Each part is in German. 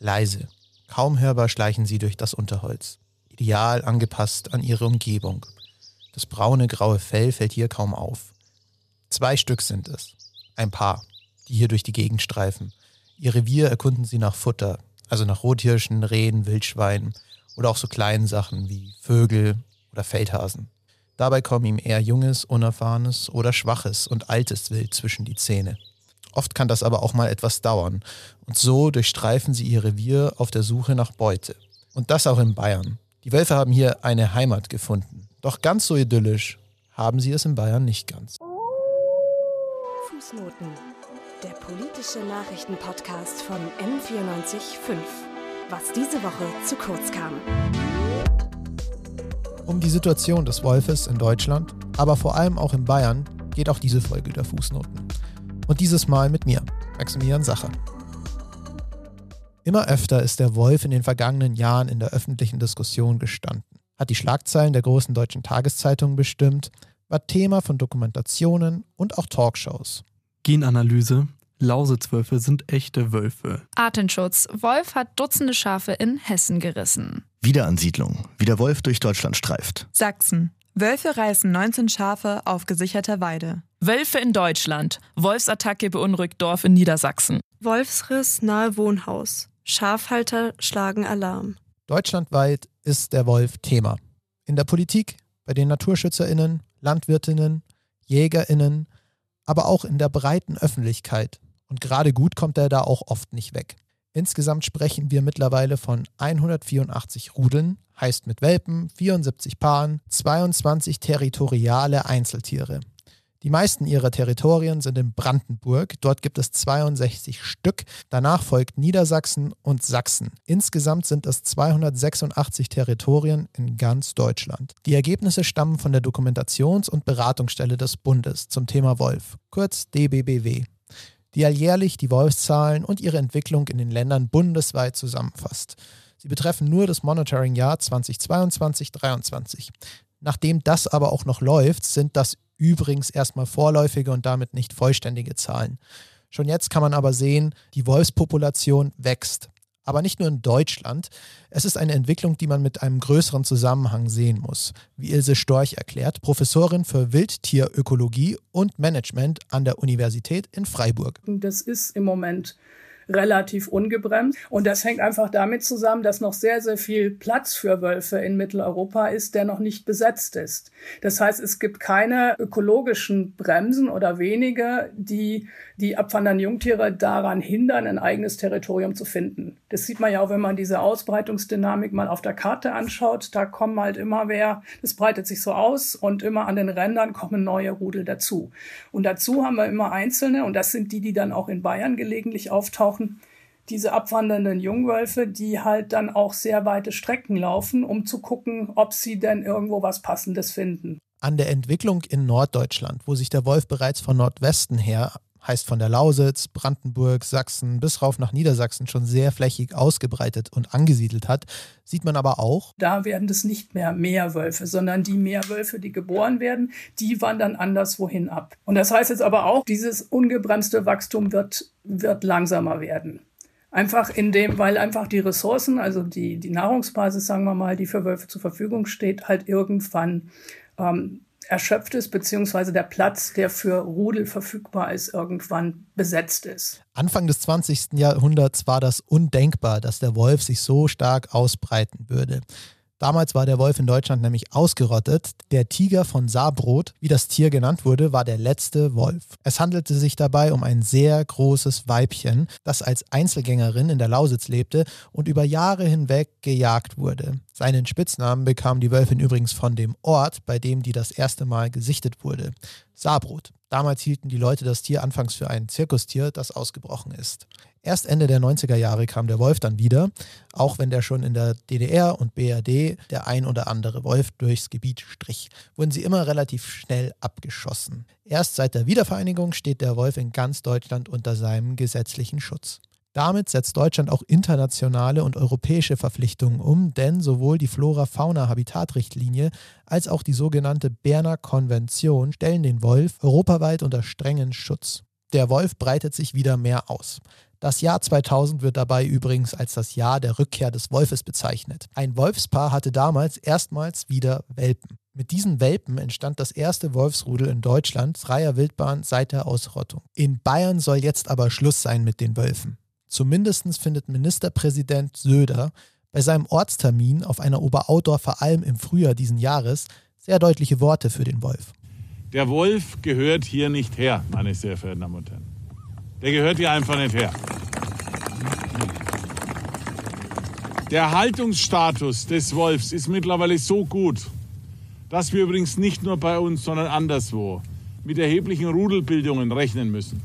Leise, kaum hörbar schleichen sie durch das Unterholz. Ideal angepasst an ihre Umgebung. Das braune, graue Fell fällt hier kaum auf. 2 Stück sind es. Ein Paar, die hier durch die Gegend streifen. Ihr Revier erkunden sie nach Futter, also nach Rothirschen, Rehen, Wildschweinen oder auch so kleinen Sachen wie Vögel oder Feldhasen. Dabei kommen ihm eher junges, unerfahrenes oder schwaches und altes Wild zwischen die Zähne. Oft kann das aber auch mal etwas dauern und so durchstreifen sie ihr Revier auf der Suche nach Beute. Und das auch in Bayern. Die Wölfe haben hier eine Heimat gefunden. Doch ganz so idyllisch haben sie es in Bayern nicht ganz. Fußnoten. Der politische Nachrichtenpodcast von M94.5. Was diese Woche zu kurz kam. Um die Situation des Wolfes in Deutschland, aber vor allem auch in Bayern, geht auch diese Folge der Fußnoten. Und dieses Mal mit mir, Maximilian Sacher. Immer öfter ist der Wolf in den vergangenen Jahren in der öffentlichen Diskussion gestanden, hat die Schlagzeilen der großen deutschen Tageszeitungen bestimmt, war Thema von Dokumentationen und auch Talkshows. Genanalyse: Lausitzwölfe sind echte Wölfe. Artenschutz: Wolf hat Dutzende Schafe in Hessen gerissen. Wiederansiedlung: Wie der Wolf durch Deutschland streift. Sachsen: Wölfe reißen 19 Schafe auf gesicherter Weide. Wölfe in Deutschland: Wolfsattacke beunruhigt Dorf in Niedersachsen. Wolfsriss nahe Wohnhaus: Schafhalter schlagen Alarm. Deutschlandweit ist der Wolf Thema. In der Politik, bei den NaturschützerInnen, Landwirtinnen, JägerInnen, aber auch in der breiten Öffentlichkeit. Und gerade gut kommt er da auch oft nicht weg. Insgesamt sprechen wir mittlerweile von 184 Rudeln, heißt mit Welpen, 74 Paaren, 22 territoriale Einzeltiere. Die meisten ihrer Territorien sind in Brandenburg, dort gibt es 62 Stück, danach folgt Niedersachsen und Sachsen. Insgesamt sind es 286 Territorien in ganz Deutschland. Die Ergebnisse stammen von der Dokumentations- und Beratungsstelle des Bundes zum Thema Wolf, kurz DBBW, die alljährlich die Wolfszahlen und ihre Entwicklung in den Ländern bundesweit zusammenfasst. Sie betreffen nur das Monitoring-Jahr 2022-23. Nachdem das aber auch noch läuft, sind das übrigens erstmal vorläufige und damit nicht vollständige Zahlen. Schon jetzt kann man aber sehen, die Wolfspopulation wächst. Aber nicht nur in Deutschland. Es ist eine Entwicklung, die man mit einem größeren Zusammenhang sehen muss, wie Ilse Storch erklärt, Professorin für Wildtierökologie und Management an der Universität in Freiburg. Das ist im Moment relativ ungebremst. Und das hängt einfach damit zusammen, dass noch sehr, sehr viel Platz für Wölfe in Mitteleuropa ist, der noch nicht besetzt ist. Das heißt, es gibt keine ökologischen Bremsen oder wenige, die die abwandernden Jungtiere daran hindern, ein eigenes Territorium zu finden. Das sieht man ja auch, wenn man diese Ausbreitungsdynamik mal auf der Karte anschaut. Da kommen halt immer das breitet sich so aus und immer an den Rändern kommen neue Rudel dazu. Und dazu haben wir immer einzelne, und das sind die dann auch in Bayern gelegentlich auftauchen, diese abwandernden Jungwölfe, die halt dann auch sehr weite Strecken laufen, um zu gucken, ob sie denn irgendwo was Passendes finden. An der Entwicklung in Norddeutschland, wo sich der Wolf bereits von Nordwesten her, heißt von der Lausitz, Brandenburg, Sachsen bis rauf nach Niedersachsen schon sehr flächig ausgebreitet und angesiedelt hat, sieht man aber auch, da werden es nicht mehr Meerwölfe, sondern die Meerwölfe, die geboren werden, die wandern anderswohin ab. Und das heißt jetzt aber auch, dieses ungebremste Wachstum wird langsamer werden. Weil einfach die Ressourcen, also die Nahrungsbasis, sagen wir mal, die für Wölfe zur Verfügung steht, halt irgendwann erschöpft ist, beziehungsweise der Platz, der für Rudel verfügbar ist, irgendwann besetzt ist. Anfang des 20. Jahrhunderts war das undenkbar, dass der Wolf sich so stark ausbreiten würde. Damals war der Wolf in Deutschland nämlich ausgerottet. Der Tiger von Saarbrot, wie das Tier genannt wurde, war der letzte Wolf. Es handelte sich dabei um ein sehr großes Weibchen, das als Einzelgängerin in der Lausitz lebte und über Jahre hinweg gejagt wurde. Seinen Spitznamen bekam die Wölfin übrigens von dem Ort, bei dem die das erste Mal gesichtet wurde. Saarbrot. Damals hielten die Leute das Tier anfangs für ein Zirkustier, das ausgebrochen ist. Erst Ende der 90er Jahre kam der Wolf dann wieder, auch wenn der schon in der DDR und BRD der ein oder andere Wolf durchs Gebiet strich, wurden sie immer relativ schnell abgeschossen. Erst seit der Wiedervereinigung steht der Wolf in ganz Deutschland unter seinem gesetzlichen Schutz. Damit setzt Deutschland auch internationale und europäische Verpflichtungen um, denn sowohl die Flora-Fauna-Habitat-Richtlinie als auch die sogenannte Berner Konvention stellen den Wolf europaweit unter strengen Schutz. Der Wolf breitet sich wieder mehr aus. Das Jahr 2000 wird dabei übrigens als das Jahr der Rückkehr des Wolfes bezeichnet. Ein Wolfspaar hatte damals erstmals wieder Welpen. Mit diesen Welpen entstand das erste Wolfsrudel in Deutschland, freier Wildbahn seit der Ausrottung. In Bayern soll jetzt aber Schluss sein mit den Wölfen. Zumindest findet Ministerpräsident Söder bei seinem Ortstermin auf einer Oberaudorfer Alm im Frühjahr diesen Jahres sehr deutliche Worte für den Wolf. Der Wolf gehört hier nicht her, meine sehr verehrten Damen und Herren. Der gehört hier einfach nicht her. Der Haltungsstatus des Wolfs ist mittlerweile so gut, dass wir übrigens nicht nur bei uns, sondern anderswo mit erheblichen Rudelbildungen rechnen müssen.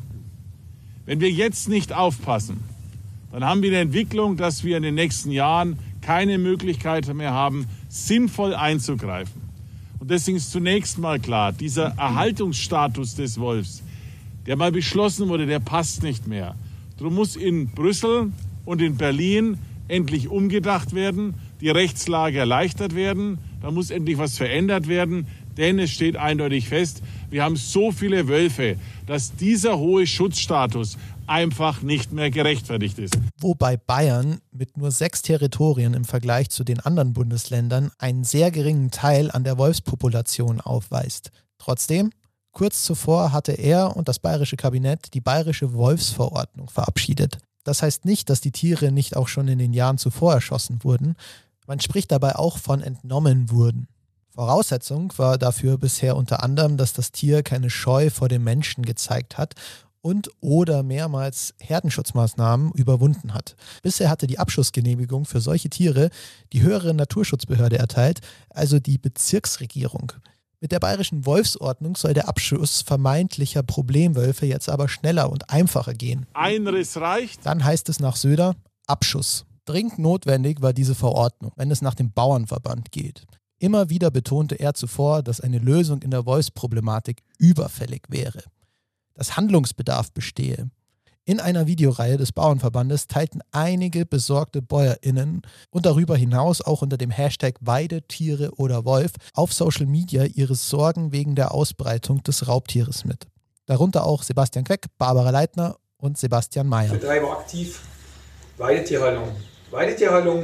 Wenn wir jetzt nicht aufpassen, dann haben wir eine Entwicklung, dass wir in den nächsten Jahren keine Möglichkeit mehr haben, sinnvoll einzugreifen. Und deswegen ist zunächst mal klar, dieser Erhaltungsstatus des Wolfs, der mal beschlossen wurde, der passt nicht mehr. Darum muss in Brüssel und in Berlin endlich umgedacht werden, die Rechtslage erleichtert werden, da muss endlich was verändert werden, denn es steht eindeutig fest, wir haben so viele Wölfe, dass dieser hohe Schutzstatus einfach nicht mehr gerechtfertigt ist. Wobei Bayern mit nur 6 Territorien im Vergleich zu den anderen Bundesländern einen sehr geringen Teil an der Wolfspopulation aufweist. Trotzdem, kurz zuvor hatte er und das bayerische Kabinett die bayerische Wolfsverordnung verabschiedet. Das heißt nicht, dass die Tiere nicht auch schon in den Jahren zuvor erschossen wurden. Man spricht dabei auch von entnommen wurden. Voraussetzung war dafür bisher unter anderem, dass das Tier keine Scheu vor dem Menschen gezeigt hat und oder mehrmals Herdenschutzmaßnahmen überwunden hat. Bisher hatte die Abschussgenehmigung für solche Tiere die höhere Naturschutzbehörde erteilt, also die Bezirksregierung. Mit der bayerischen Wolfsordnung soll der Abschuss vermeintlicher Problemwölfe jetzt aber schneller und einfacher gehen. Ein Riss reicht. Dann heißt es nach Söder Abschuss. Dringend notwendig war diese Verordnung, wenn es nach dem Bauernverband geht. Immer wieder betonte er zuvor, dass eine Lösung in der Wolfsproblematik überfällig wäre, dass Handlungsbedarf bestehe. In einer Videoreihe des Bauernverbandes teilten einige besorgte BäuerInnen und darüber hinaus auch unter dem Hashtag Weidetiere oder Wolf auf Social Media ihre Sorgen wegen der Ausbreitung des Raubtieres mit. Darunter auch Sebastian Queck, Barbara Leitner und Sebastian Mayer. Ich betreibe aktiv Weidetierhaltung. Weidetierhaltung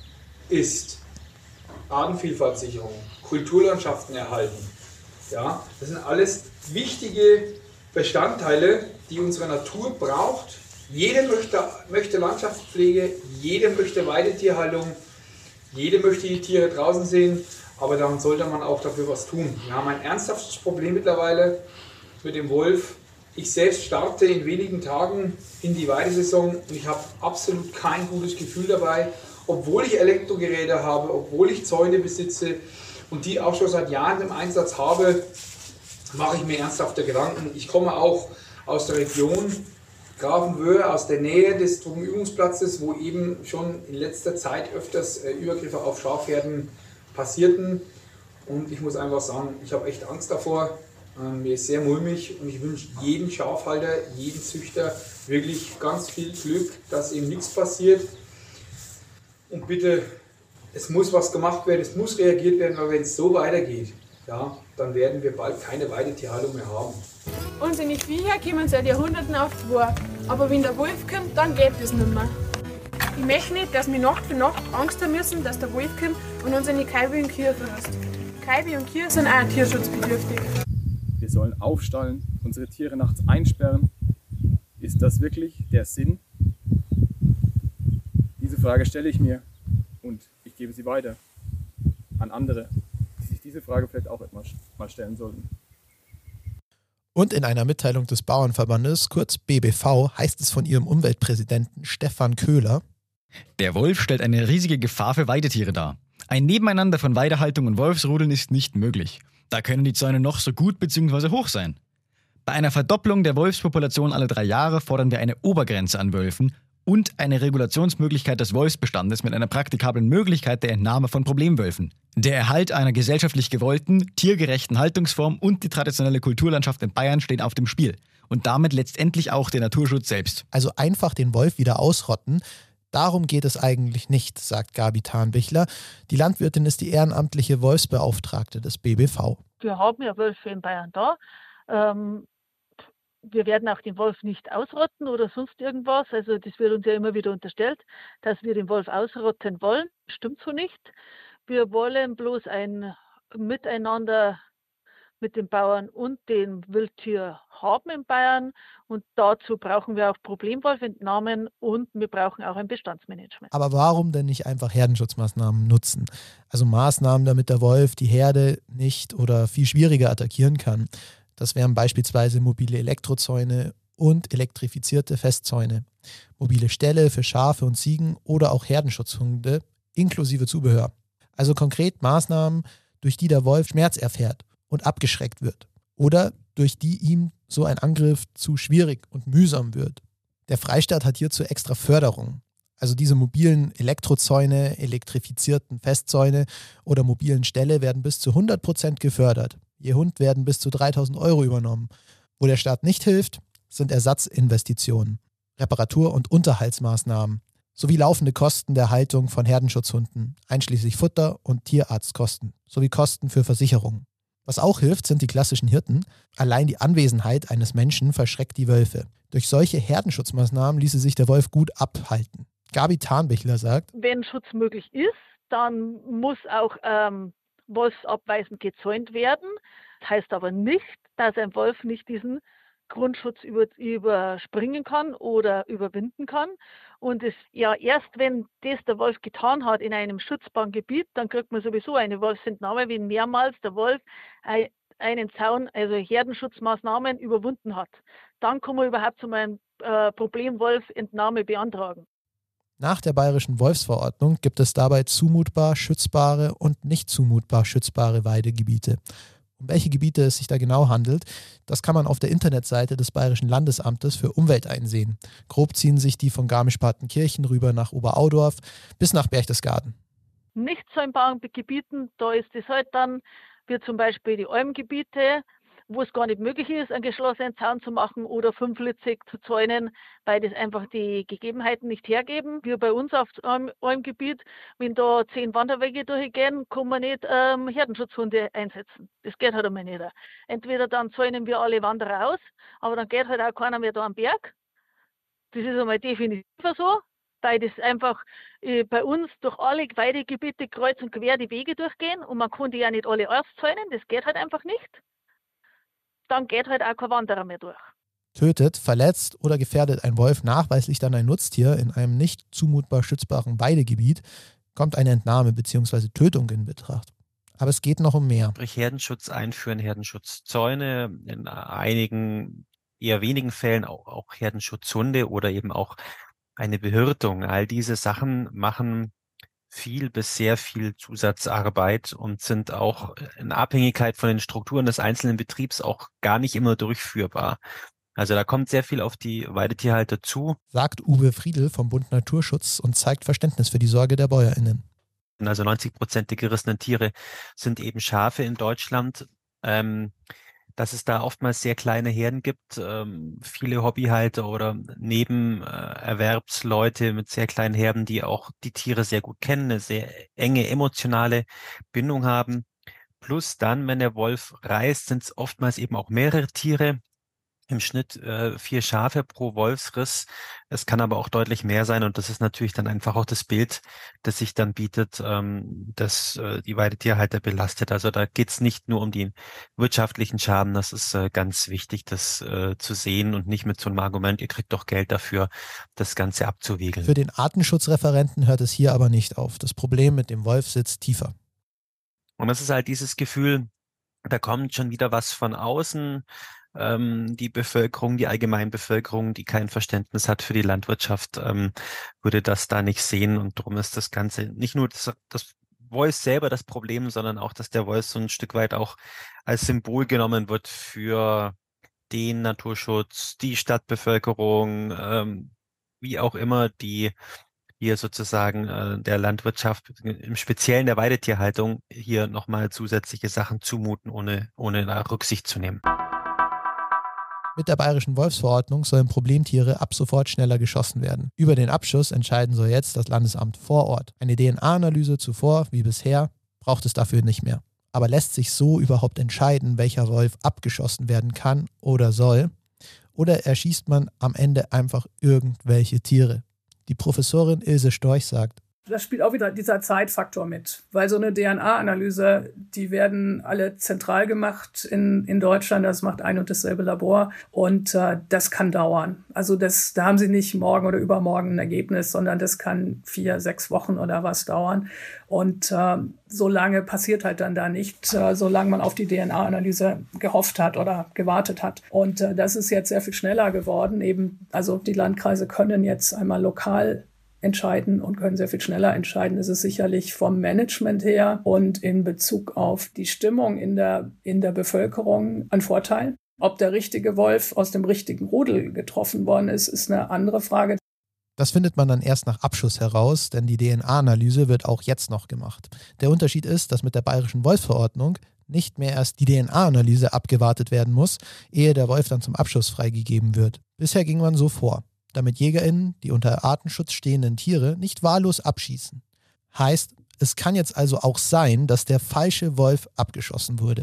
ist Artenvielfaltssicherung, Kulturlandschaften erhalten. Ja, das sind alles wichtige Bestandteile, die unsere Natur braucht. Jeder möchte Landschaftspflege, jeder möchte Weidetierhaltung, jeder möchte die Tiere draußen sehen, aber dann sollte man auch dafür was tun. Wir haben ein ernsthaftes Problem mittlerweile mit dem Wolf. Ich selbst starte in wenigen Tagen in die Weidesaison und ich habe absolut kein gutes Gefühl dabei, obwohl ich Elektrogeräte habe, obwohl ich Zäune besitze und die auch schon seit Jahren im Einsatz habe, mache ich mir ernsthafte Gedanken. Ich komme auch aus der Region Grafenwöhr, aus der Nähe des Truppenübungsplatzes, wo eben schon in letzter Zeit öfters Übergriffe auf Schafherden passierten. Und ich muss einfach sagen, ich habe echt Angst davor. Mir ist sehr mulmig und ich wünsche jedem Schafhalter, jedem Züchter wirklich ganz viel Glück, dass ihm nichts passiert. Und bitte, es muss was gemacht werden, es muss reagiert werden, weil wenn es so weitergeht, ja, dann werden wir bald keine Weidetierhaltung mehr haben. Unsere Viecher kommen seit Jahrhunderten auf die Weide, aber wenn der Wolf kommt, dann geht es nicht mehr. Ich möchte nicht, dass wir Nacht für Nacht Angst haben müssen, dass der Wolf kommt und unsere Kälber und Kühe verlässt. Kälber und Kühe sind auch tierschutzbedürftig. Wir sollen aufstallen, unsere Tiere nachts einsperren. Ist das wirklich der Sinn? Diese Frage stelle ich mir und ich gebe sie weiter an andere, die sich diese Frage vielleicht auch mal stellen sollten. Und in einer Mitteilung des Bauernverbandes, kurz BBV, heißt es von ihrem Umweltpräsidenten Stefan Köhler: Der Wolf stellt eine riesige Gefahr für Weidetiere dar. Ein Nebeneinander von Weidehaltung und Wolfsrudeln ist nicht möglich. Da können die Zäune noch so gut bzw. hoch sein. Bei einer Verdopplung der Wolfspopulation alle 3 Jahre fordern wir eine Obergrenze an Wölfen und eine Regulationsmöglichkeit des Wolfsbestandes mit einer praktikablen Möglichkeit der Entnahme von Problemwölfen. Der Erhalt einer gesellschaftlich gewollten, tiergerechten Haltungsform und die traditionelle Kulturlandschaft in Bayern stehen auf dem Spiel. Und damit letztendlich auch der Naturschutz selbst. Also einfach den Wolf wieder ausrotten. Darum geht es eigentlich nicht, sagt Gabi Tarnbichler. Die Landwirtin ist die ehrenamtliche Wolfsbeauftragte des BBV. Wir haben ja Wölfe in Bayern da. wir werden auch den Wolf nicht ausrotten oder sonst irgendwas. Also das wird uns ja immer wieder unterstellt, dass wir den Wolf ausrotten wollen. Stimmt so nicht. Wir wollen bloß ein Miteinander mit den Bauern und den Wildtier haben in Bayern. Und dazu brauchen wir auch Problemwolfentnahmen und wir brauchen auch ein Bestandsmanagement. Aber warum denn nicht einfach Herdenschutzmaßnahmen nutzen? Also Maßnahmen, damit der Wolf die Herde nicht oder viel schwieriger attackieren kann. Das wären beispielsweise mobile Elektrozäune und elektrifizierte Festzäune, mobile Ställe für Schafe und Ziegen oder auch Herdenschutzhunde inklusive Zubehör. Also konkret Maßnahmen, durch die der Wolf Schmerz erfährt und abgeschreckt wird oder durch die ihm so ein Angriff zu schwierig und mühsam wird. Der Freistaat hat hierzu extra Förderung. Also diese mobilen Elektrozäune, elektrifizierten Festzäune oder mobilen Ställe werden bis zu 100% gefördert. Je Hund werden bis zu 3.000 € übernommen. Wo der Staat nicht hilft, sind Ersatzinvestitionen, Reparatur- und Unterhaltsmaßnahmen sowie laufende Kosten der Haltung von Herdenschutzhunden, einschließlich Futter- und Tierarztkosten, sowie Kosten für Versicherungen. Was auch hilft, sind die klassischen Hirten. Allein die Anwesenheit eines Menschen verschreckt die Wölfe. Durch solche Herdenschutzmaßnahmen ließe sich der Wolf gut abhalten. Gabi Tarnbichler sagt, wenn Schutz möglich ist, dann muss auch wolfsabweisend gezäunt werden. Das heißt aber nicht, dass ein Wolf nicht diesen Grundschutz überspringen kann oder überwinden kann. Und es ja erst, wenn das der Wolf getan hat in einem schützbaren Gebiet, dann kriegt man sowieso eine Wolfsentnahme, wenn mehrmals der Wolf einen Zaun, also Herdenschutzmaßnahmen überwunden hat. Dann kann man überhaupt so einen Problemwolfentnahme beantragen. Nach der Bayerischen Wolfsverordnung gibt es dabei zumutbar schützbare und nicht zumutbar schützbare Weidegebiete. Um welche Gebiete es sich da genau handelt, das kann man auf der Internetseite des Bayerischen Landesamtes für Umwelt einsehen. Grob ziehen sich die von Garmisch-Partenkirchen rüber nach Oberaudorf bis nach Berchtesgaden. Nicht zäunbaren Gebieten, da ist es halt dann, wie zum Beispiel die Almgebiete, wo es gar nicht möglich ist, einen geschlossenen Zaun zu machen oder 5-litzig zu zäunen, weil das einfach die Gegebenheiten nicht hergeben. Wie bei uns auf einem Gebiet, wenn da 10 Wanderwege durchgehen, kann man nicht Herdenschutzhunde einsetzen. Das geht halt einmal nicht. Entweder dann zäunen wir alle Wanderer aus, aber dann geht halt auch keiner mehr da am Berg. Das ist einmal definitiv so, weil das einfach bei uns durch alle Weidegebiete kreuz und quer die Wege durchgehen und man kann die ja nicht alle auszäunen, das geht halt einfach nicht. Dann geht halt auch kein Wanderer mehr durch. Tötet, verletzt oder gefährdet ein Wolf nachweislich dann ein Nutztier in einem nicht zumutbar schützbaren Weidegebiet, kommt eine Entnahme bzw. Tötung in Betracht. Aber es geht noch um mehr. Durch Herdenschutz einführen, Herdenschutzzäune, in einigen, eher wenigen Fällen auch Herdenschutzhunde oder eben auch eine Behirtung. All diese Sachen machen viel bis sehr viel Zusatzarbeit und sind auch in Abhängigkeit von den Strukturen des einzelnen Betriebs auch gar nicht immer durchführbar. Also da kommt sehr viel auf die Weidetierhalter zu. Sagt Uwe Friedl vom Bund Naturschutz und zeigt Verständnis für die Sorge der BäuerInnen. Also 90% der gerissenen Tiere sind eben Schafe in Deutschland. Dass es da oftmals sehr kleine Herden gibt, viele Hobbyhalter oder Nebenerwerbsleute mit sehr kleinen Herden, die auch die Tiere sehr gut kennen, eine sehr enge emotionale Bindung haben. Plus dann, wenn der Wolf reißt, sind es oftmals eben auch mehrere Tiere. Im Schnitt 4 Schafe pro Wolfsriss. Es kann aber auch deutlich mehr sein und das ist natürlich dann einfach auch das Bild, das sich dann bietet, das die Weidetierhalter belastet. Also da geht's nicht nur um den wirtschaftlichen Schaden, das ist ganz wichtig, das zu sehen und nicht mit so einem Argument, ihr kriegt doch Geld dafür, das Ganze abzuwiegeln. Für den Artenschutzreferenten hört es hier aber nicht auf. Das Problem mit dem Wolf sitzt tiefer. Und das ist halt dieses Gefühl, da kommt schon wieder was von außen. Die Bevölkerung, die Allgemeinbevölkerung, die kein Verständnis hat für die Landwirtschaft, würde das da nicht sehen. Und darum ist das Ganze nicht nur das Wolf selber das Problem, sondern auch, dass der Wolf so ein Stück weit auch als Symbol genommen wird für den Naturschutz, die Stadtbevölkerung, wie auch immer, die hier sozusagen der Landwirtschaft, im Speziellen der Weidetierhaltung, hier nochmal zusätzliche Sachen zumuten, ohne da Rücksicht zu nehmen. Mit der Bayerischen Wolfsverordnung sollen Problemtiere ab sofort schneller geschossen werden. Über den Abschuss entscheiden soll jetzt das Landesamt vor Ort. Eine DNA-Analyse zuvor, wie bisher, braucht es dafür nicht mehr. Aber lässt sich so überhaupt entscheiden, welcher Wolf abgeschossen werden kann oder soll? oder erschießt man am Ende einfach irgendwelche Tiere? Die Professorin Ilse Storch sagt: Das spielt auch wieder dieser Zeitfaktor mit, weil so eine DNA-Analyse, die werden alle zentral gemacht in Deutschland, das macht ein und dasselbe Labor und das kann dauern. Also da haben sie nicht morgen oder übermorgen ein Ergebnis, sondern das kann 4, 6 Wochen oder was dauern und so lange passiert halt dann da nicht, solange man auf die DNA-Analyse gehofft hat oder gewartet hat. Und das ist jetzt sehr viel schneller geworden. Eben, also die Landkreise können jetzt einmal lokal entscheiden und können sehr viel schneller entscheiden. Das ist sicherlich vom Management her und in Bezug auf die Stimmung in der Bevölkerung ein Vorteil. Ob der richtige Wolf aus dem richtigen Rudel getroffen worden ist, ist eine andere Frage. Das findet man dann erst nach Abschuss heraus, denn die DNA-Analyse wird auch jetzt noch gemacht. Der Unterschied ist, dass mit der Bayerischen Wolfsverordnung nicht mehr erst die DNA-Analyse abgewartet werden muss, ehe der Wolf dann zum Abschuss freigegeben wird. Bisher ging man so vor, damit JägerInnen die unter Artenschutz stehenden Tiere nicht wahllos abschießen. Heißt, es kann jetzt also auch sein, dass der falsche Wolf abgeschossen wurde.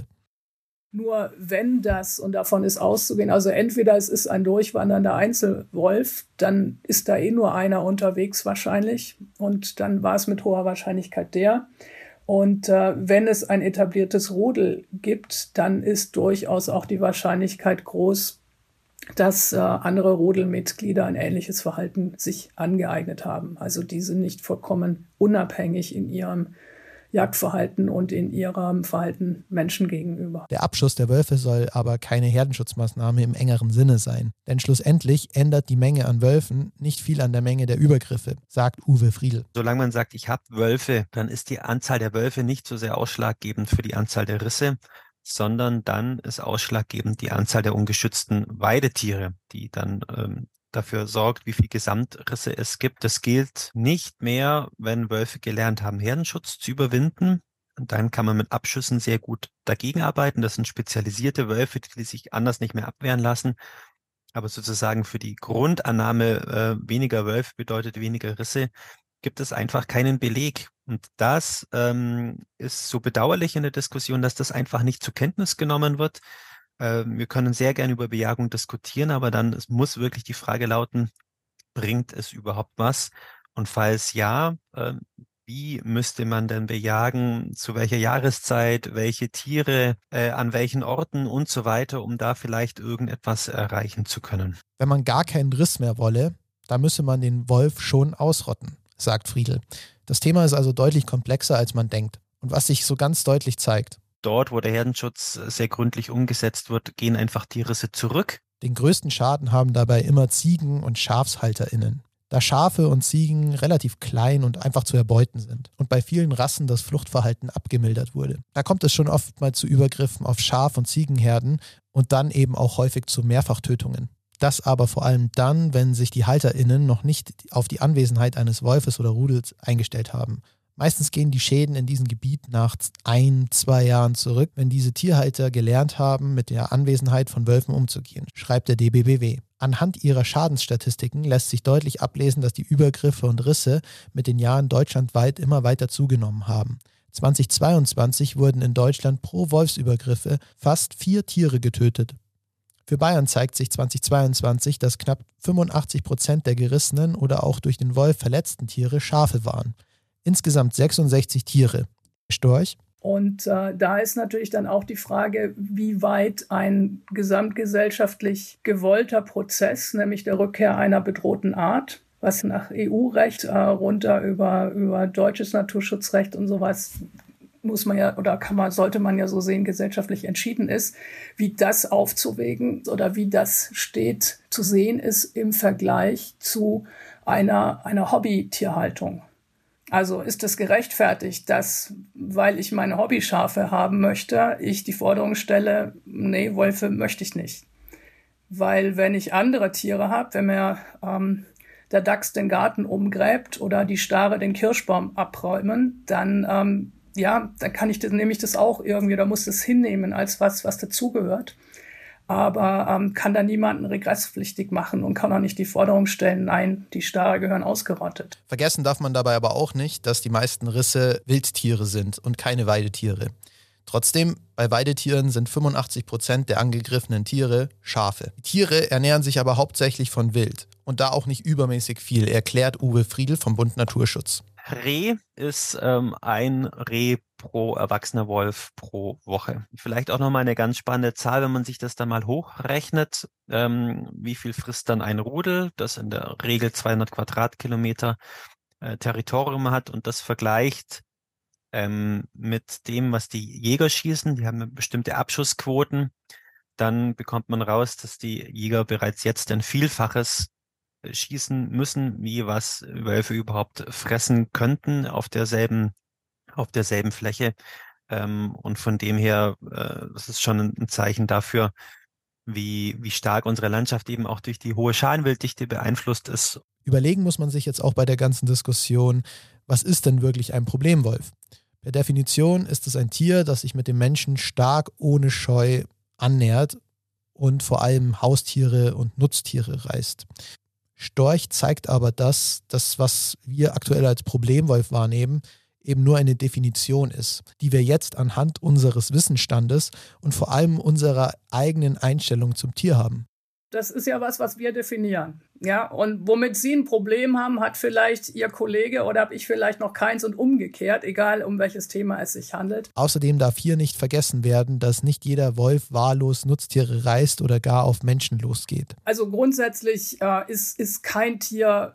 Nur wenn das, und davon ist auszugehen, also entweder es ist ein durchwandernder Einzelwolf, dann ist da nur einer unterwegs wahrscheinlich und dann war es mit hoher Wahrscheinlichkeit der. Und wenn es ein etabliertes Rudel gibt, dann ist durchaus auch die Wahrscheinlichkeit groß, dass andere Rudelmitglieder ein ähnliches Verhalten sich angeeignet haben. Also die sind nicht vollkommen unabhängig in ihrem Jagdverhalten und in ihrem Verhalten Menschen gegenüber. Der Abschuss der Wölfe soll aber keine Herdenschutzmaßnahme im engeren Sinne sein. Denn schlussendlich ändert die Menge an Wölfen nicht viel an der Menge der Übergriffe, sagt Uwe Friedl. Solange man sagt, ich habe Wölfe, dann ist die Anzahl der Wölfe nicht so sehr ausschlaggebend für die Anzahl der Risse, sondern dann ist ausschlaggebend die Anzahl der ungeschützten Weidetiere, die dann dafür sorgt, wie viel Gesamtrisse es gibt. Das gilt nicht mehr, wenn Wölfe gelernt haben, Herdenschutz zu überwinden. Und dann kann man mit Abschüssen sehr gut dagegen arbeiten. Das sind spezialisierte Wölfe, die sich anders nicht mehr abwehren lassen. Aber sozusagen für die Grundannahme, weniger Wölfe bedeutet weniger Risse, gibt es einfach keinen Beleg. Und das ist so bedauerlich in der Diskussion, dass das einfach nicht zur Kenntnis genommen wird. Wir können sehr gerne über Bejagung diskutieren, aber dann muss wirklich die Frage lauten, bringt es überhaupt was? Und falls ja, wie müsste man denn bejagen, zu welcher Jahreszeit, welche Tiere, an welchen Orten und so weiter, um da vielleicht irgendetwas erreichen zu können? Wenn man gar keinen Riss mehr wolle, dann müsse man den Wolf schon ausrotten, sagt Friedl. Das Thema ist also deutlich komplexer, als man denkt. Und was sich so ganz deutlich zeigt: Dort, wo der Herdenschutz sehr gründlich umgesetzt wird, gehen einfach die Risse zurück. Den größten Schaden haben dabei immer Ziegen- und SchafshalterInnen, da Schafe und Ziegen relativ klein und einfach zu erbeuten sind und bei vielen Rassen das Fluchtverhalten abgemildert wurde. Da kommt es schon oft mal zu Übergriffen auf Schaf- und Ziegenherden und dann eben auch häufig zu Mehrfachtötungen. Das aber vor allem dann, wenn sich die HalterInnen noch nicht auf die Anwesenheit eines Wolfes oder Rudels eingestellt haben. Meistens gehen die Schäden in diesem Gebiet nach 1-2 Jahren zurück, wenn diese Tierhalter gelernt haben, mit der Anwesenheit von Wölfen umzugehen, schreibt der DBBW. Anhand ihrer Schadensstatistiken lässt sich deutlich ablesen, dass die Übergriffe und Risse mit den Jahren deutschlandweit immer weiter zugenommen haben. 2022 wurden in Deutschland pro Wolfsübergriffe fast 4 Tiere getötet. Für Bayern zeigt sich 2022, dass knapp 85% der gerissenen oder auch durch den Wolf verletzten Tiere Schafe waren. Insgesamt 66 Tiere. Storch? Und da ist natürlich dann auch die Frage, wie weit ein gesamtgesellschaftlich gewollter Prozess, nämlich der Rückkehr einer bedrohten Art, was nach EU-Recht runter über deutsches Naturschutzrecht und sowas muss man ja oder sollte man ja so sehen, gesellschaftlich entschieden ist, wie das aufzuwägen oder wie das steht zu sehen ist im Vergleich zu einer Hobbytierhaltung. Also ist es gerechtfertigt, dass, weil ich meine Hobbyschafe haben möchte, ich die Forderung stelle, nee, Wölfe möchte ich nicht. Weil wenn ich andere Tiere habe, wenn mir der Dachs den Garten umgräbt oder die Stare den Kirschbaum abräumen, dann dann nehme ich das auch irgendwie oder muss das hinnehmen als was dazugehört. Aber kann da niemanden regresspflichtig machen und kann auch nicht die Forderung stellen, nein, die Stare gehören ausgerottet. Vergessen darf man dabei aber auch nicht, dass die meisten Risse Wildtiere sind und keine Weidetiere. Trotzdem, bei Weidetieren sind 85% der angegriffenen Tiere Schafe. Die Tiere ernähren sich aber hauptsächlich von Wild und da auch nicht übermäßig viel, erklärt Uwe Friedl vom Bund Naturschutz. Reh ist ein Reh pro erwachsener Wolf pro Woche. Vielleicht auch nochmal eine ganz spannende Zahl, wenn man sich das dann mal hochrechnet. Wie viel frisst dann ein Rudel, das in der Regel 200 Quadratkilometer Territorium hat und das vergleicht mit dem, was die Jäger schießen. Die haben bestimmte Abschussquoten. Dann bekommt man raus, dass die Jäger bereits jetzt ein Vielfaches schießen müssen, wie was Wölfe überhaupt fressen könnten auf derselben Fläche. Und von dem her, das ist schon ein Zeichen dafür, wie stark unsere Landschaft eben auch durch die hohe Schalenwilddichte beeinflusst ist. Überlegen muss man sich jetzt auch bei der ganzen Diskussion, was ist denn wirklich ein Problemwolf? Per Definition ist es ein Tier, das sich mit dem Menschen stark ohne Scheu annähert und vor allem Haustiere und Nutztiere reißt. Storch zeigt aber, dass das, was wir aktuell als Problemwolf wahrnehmen, eben nur eine Definition ist, die wir jetzt anhand unseres Wissensstandes und vor allem unserer eigenen Einstellung zum Tier haben. Das ist ja was wir definieren. Ja, und womit Sie ein Problem haben, hat vielleicht Ihr Kollege oder habe ich vielleicht noch keins und umgekehrt, egal um welches Thema es sich handelt. Außerdem darf hier nicht vergessen werden, dass nicht jeder Wolf wahllos Nutztiere reißt oder gar auf Menschen losgeht. Also grundsätzlich ist kein Tier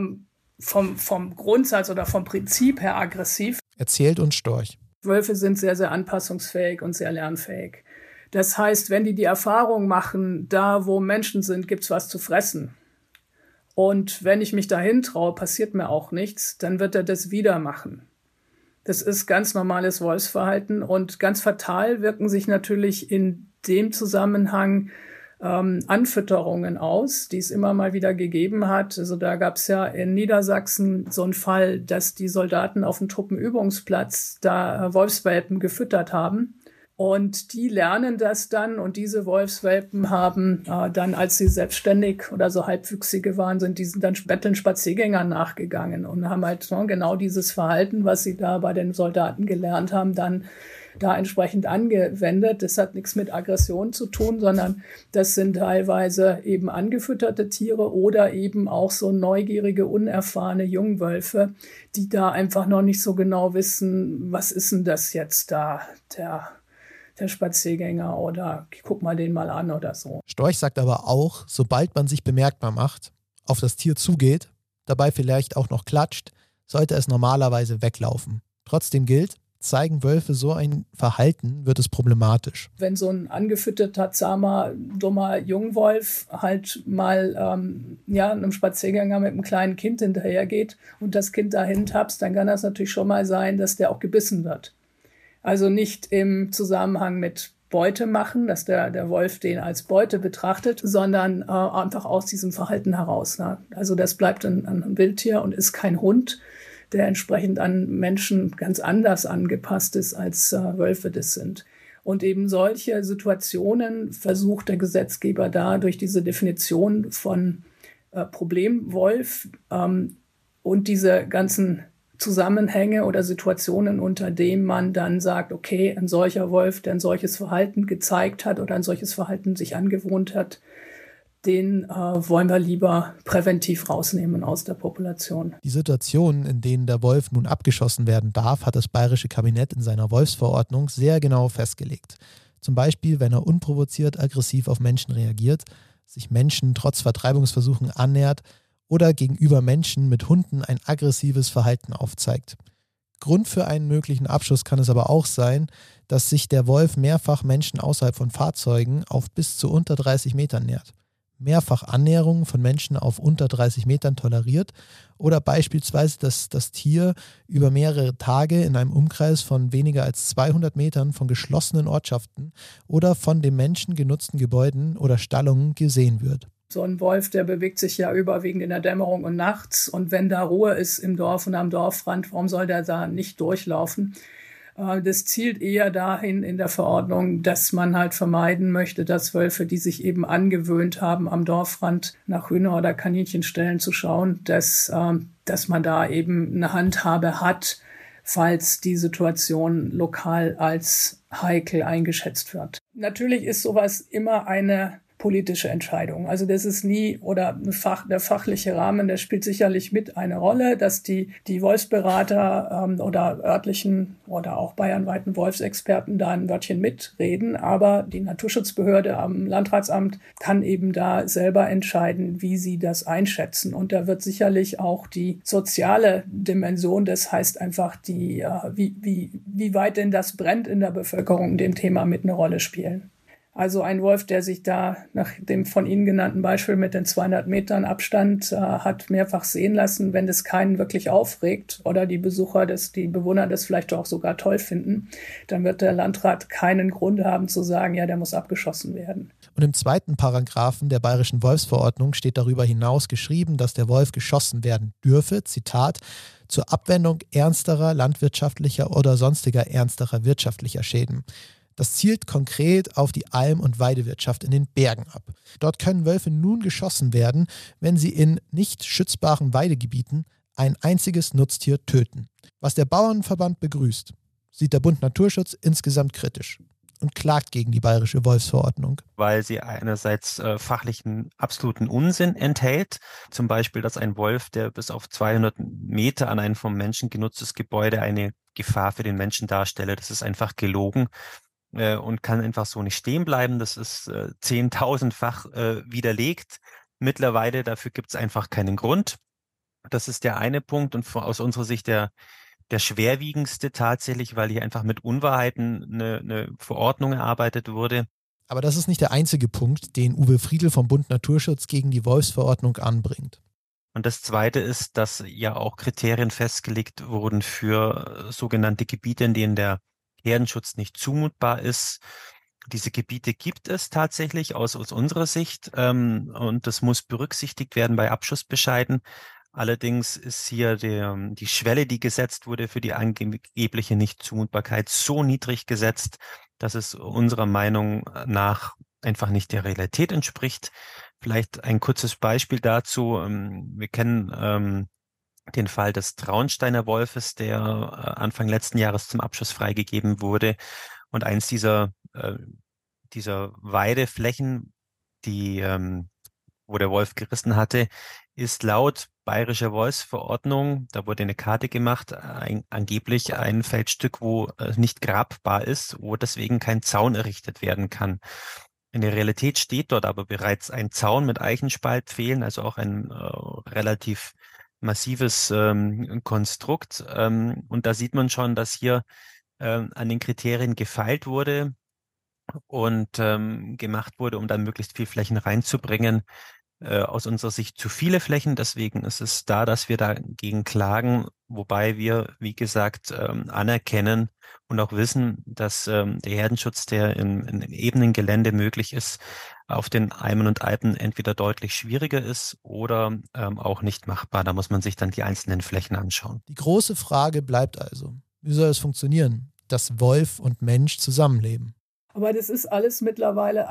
vom Grundsatz oder vom Prinzip her aggressiv. Erzählt uns Storch. Wölfe sind sehr, sehr anpassungsfähig und sehr lernfähig. Das heißt, wenn die Erfahrung machen, da wo Menschen sind, gibt's was zu fressen. Und wenn ich mich dahin traue, passiert mir auch nichts, dann wird er das wieder machen. Das ist ganz normales Wolfsverhalten und ganz fatal wirken sich natürlich in dem Zusammenhang Anfütterungen aus, die es immer mal wieder gegeben hat. Also da gab es ja in Niedersachsen so einen Fall, dass die Soldaten auf dem Truppenübungsplatz da Wolfswelpen gefüttert haben. Und die lernen das dann und diese Wolfswelpen haben dann, als sie selbstständig oder so Halbwüchsige waren, sind diesen dann betteln Spaziergängern nachgegangen und haben halt genau dieses Verhalten, was sie da bei den Soldaten gelernt haben, dann da entsprechend angewendet. Das hat nichts mit Aggression zu tun, sondern das sind teilweise eben angefütterte Tiere oder eben auch so neugierige, unerfahrene Jungwölfe, die da einfach noch nicht so genau wissen, was ist denn das jetzt da, der Spaziergänger oder ich guck mal den mal an oder so. Storch sagt aber auch, sobald man sich bemerkbar macht, auf das Tier zugeht, dabei vielleicht auch noch klatscht, sollte es normalerweise weglaufen. Trotzdem gilt, zeigen Wölfe so ein Verhalten, wird es problematisch. Wenn so ein angefütterter, zahmer, dummer Jungwolf halt mal einem Spaziergänger mit einem kleinen Kind hinterhergeht und das Kind dahin tapst, dann kann das natürlich schon mal sein, dass der auch gebissen wird. Also nicht im Zusammenhang mit Beute machen, dass der Wolf den als Beute betrachtet, sondern einfach aus diesem Verhalten heraus. Ne? Also das bleibt ein Wildtier und ist kein Hund, der entsprechend an Menschen ganz anders angepasst ist, als Wölfe das sind. Und eben solche Situationen versucht der Gesetzgeber da durch diese Definition von Problemwolf und diese ganzen Zusammenhänge oder Situationen, unter denen man dann sagt, okay, ein solcher Wolf, der ein solches Verhalten gezeigt hat oder ein solches Verhalten sich angewohnt hat, den wollen wir lieber präventiv rausnehmen aus der Population. Die Situationen, in denen der Wolf nun abgeschossen werden darf, hat das bayerische Kabinett in seiner Wolfsverordnung sehr genau festgelegt. Zum Beispiel, wenn er unprovoziert aggressiv auf Menschen reagiert, sich Menschen trotz Vertreibungsversuchen annähert oder gegenüber Menschen mit Hunden ein aggressives Verhalten aufzeigt. Grund für einen möglichen Abschuss kann es aber auch sein, dass sich der Wolf mehrfach Menschen außerhalb von Fahrzeugen auf bis zu unter 30 Metern nähert. Mehrfach Annäherungen von Menschen auf unter 30 Metern toleriert oder beispielsweise, dass das Tier über mehrere Tage in einem Umkreis von weniger als 200 Metern von geschlossenen Ortschaften oder von dem Menschen genutzten Gebäuden oder Stallungen gesehen wird. So ein Wolf, der bewegt sich ja überwiegend in der Dämmerung und nachts. Und wenn da Ruhe ist im Dorf und am Dorfrand, warum soll der da nicht durchlaufen? Das zielt eher dahin in der Verordnung, dass man halt vermeiden möchte, dass Wölfe, die sich eben angewöhnt haben, am Dorfrand nach Hühner- oder Kaninchenstellen zu schauen, dass man da eben eine Handhabe hat, falls die Situation lokal als heikel eingeschätzt wird. Natürlich ist sowas immer eine politische Entscheidung. Also das ist nie, oder der fachliche Rahmen, der spielt sicherlich mit eine Rolle, dass die Wolfsberater oder örtlichen oder auch bayernweiten Wolfsexperten da ein Wörtchen mitreden. Aber die Naturschutzbehörde am Landratsamt kann eben da selber entscheiden, wie sie das einschätzen. Und da wird sicherlich auch die soziale Dimension, das heißt einfach wie weit denn das brennt in der Bevölkerung, in dem Thema mit eine Rolle spielen. Also ein Wolf, der sich da nach dem von Ihnen genannten Beispiel mit den 200 Metern Abstand hat mehrfach sehen lassen, wenn das keinen wirklich aufregt oder die Bewohner das vielleicht auch sogar toll finden, dann wird der Landrat keinen Grund haben zu sagen, ja, der muss abgeschossen werden. Und im 2. Paragraphen der Bayerischen Wolfsverordnung steht darüber hinaus geschrieben, dass der Wolf geschossen werden dürfe, Zitat, zur Abwendung ernsterer landwirtschaftlicher oder sonstiger ernsterer wirtschaftlicher Schäden. Das zielt konkret auf die Alm- und Weidewirtschaft in den Bergen ab. Dort können Wölfe nun geschossen werden, wenn sie in nicht schützbaren Weidegebieten ein einziges Nutztier töten. Was der Bauernverband begrüßt, sieht der Bund Naturschutz insgesamt kritisch und klagt gegen die Bayerische Wolfsverordnung. Weil sie einerseits fachlichen absoluten Unsinn enthält, zum Beispiel, dass ein Wolf, der bis auf 200 Meter an ein vom Menschen genutztes Gebäude eine Gefahr für den Menschen darstelle. Das ist einfach gelogen und kann einfach so nicht stehen bleiben. Das ist 10.000-fach widerlegt. Mittlerweile dafür gibt es einfach keinen Grund. Das ist der eine Punkt und aus unserer Sicht der schwerwiegendste tatsächlich, weil hier einfach mit Unwahrheiten eine Verordnung erarbeitet wurde. Aber das ist nicht der einzige Punkt, den Uwe Friedl vom Bund Naturschutz gegen die Wolfsverordnung anbringt. Und das Zweite ist, dass ja auch Kriterien festgelegt wurden für sogenannte Gebiete, in denen der Herdenschutz nicht zumutbar ist. Diese Gebiete gibt es tatsächlich aus unserer Sicht und das muss berücksichtigt werden bei Abschussbescheiden. Allerdings ist hier die Schwelle, die gesetzt wurde für die angebliche Nichtzumutbarkeit, so niedrig gesetzt, dass es unserer Meinung nach einfach nicht der Realität entspricht. Vielleicht ein kurzes Beispiel dazu. Wir kennen den Fall des Traunsteiner Wolfes, der Anfang letzten Jahres zum Abschuss freigegeben wurde. Und eins dieser Weideflächen, wo der Wolf gerissen hatte, ist laut Bayerischer Wolfsverordnung, da wurde eine Karte gemacht, angeblich ein Feldstück, wo nicht grabbar ist, wo deswegen kein Zaun errichtet werden kann. In der Realität steht dort aber bereits ein Zaun mit Eichenspaltpfählen, also auch ein relativ massives Konstrukt. Und da sieht man schon, dass hier an den Kriterien gefeilt wurde und gemacht wurde, um dann möglichst viel Flächen reinzubringen. Aus unserer Sicht zu viele Flächen. Deswegen ist es da, dass wir dagegen klagen, wobei wir, wie gesagt, anerkennen und auch wissen, dass der Herdenschutz, der in ebenen Gelände möglich ist, auf den Almen und Alpen entweder deutlich schwieriger ist oder auch nicht machbar. Da muss man sich dann die einzelnen Flächen anschauen. Die große Frage bleibt also, wie soll es funktionieren, dass Wolf und Mensch zusammenleben? Aber das ist alles mittlerweile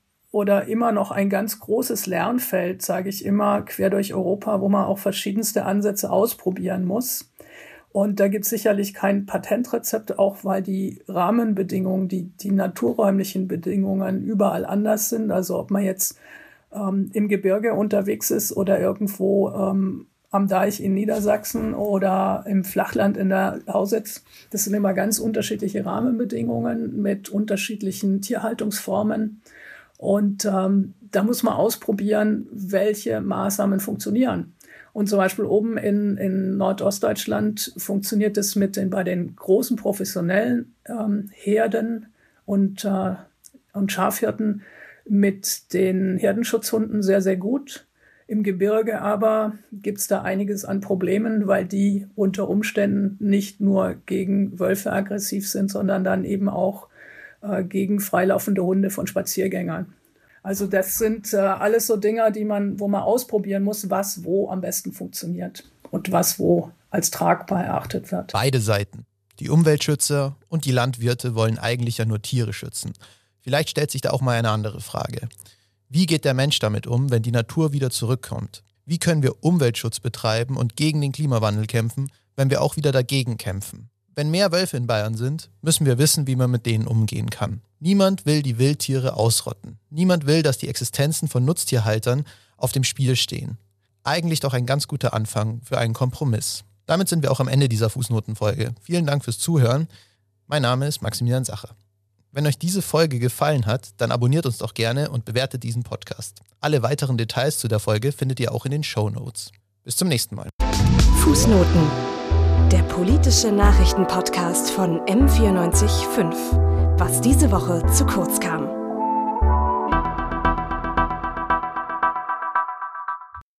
immer noch ein ganz großes Lernfeld, sage ich immer, quer durch Europa, wo man auch verschiedenste Ansätze ausprobieren muss. Und da gibt es sicherlich kein Patentrezept, auch weil die Rahmenbedingungen, die naturräumlichen Bedingungen überall anders sind. Also ob man jetzt im Gebirge unterwegs ist oder irgendwo am Deich in Niedersachsen oder im Flachland in der Lausitz, das sind immer ganz unterschiedliche Rahmenbedingungen mit unterschiedlichen Tierhaltungsformen. Und da muss man ausprobieren, welche Maßnahmen funktionieren. Und zum Beispiel oben in Nordostdeutschland funktioniert es bei den großen professionellen Herden und Schafhirten mit den Herdenschutzhunden sehr, sehr gut. Im Gebirge aber gibt es da einiges an Problemen, weil die unter Umständen nicht nur gegen Wölfe aggressiv sind, sondern dann eben auch gegen freilaufende Hunde von Spaziergängern. Also das sind alles so Dinge, wo man ausprobieren muss, was wo am besten funktioniert und was wo als tragbar erachtet wird. Beide Seiten, die Umweltschützer und die Landwirte, wollen eigentlich ja nur Tiere schützen. Vielleicht stellt sich da auch mal eine andere Frage. Wie geht der Mensch damit um, wenn die Natur wieder zurückkommt? Wie können wir Umweltschutz betreiben und gegen den Klimawandel kämpfen, wenn wir auch wieder dagegen kämpfen? Wenn mehr Wölfe in Bayern sind, müssen wir wissen, wie man mit denen umgehen kann. Niemand will die Wildtiere ausrotten. Niemand will, dass die Existenzen von Nutztierhaltern auf dem Spiel stehen. Eigentlich doch ein ganz guter Anfang für einen Kompromiss. Damit sind wir auch am Ende dieser Fußnotenfolge. Vielen Dank fürs Zuhören. Mein Name ist Maximilian Sacher. Wenn euch diese Folge gefallen hat, dann abonniert uns doch gerne und bewertet diesen Podcast. Alle weiteren Details zu der Folge findet ihr auch in den Shownotes. Bis zum nächsten Mal. Fußnoten. Der politische Nachrichtenpodcast von M94.5. Was diese Woche zu kurz kam.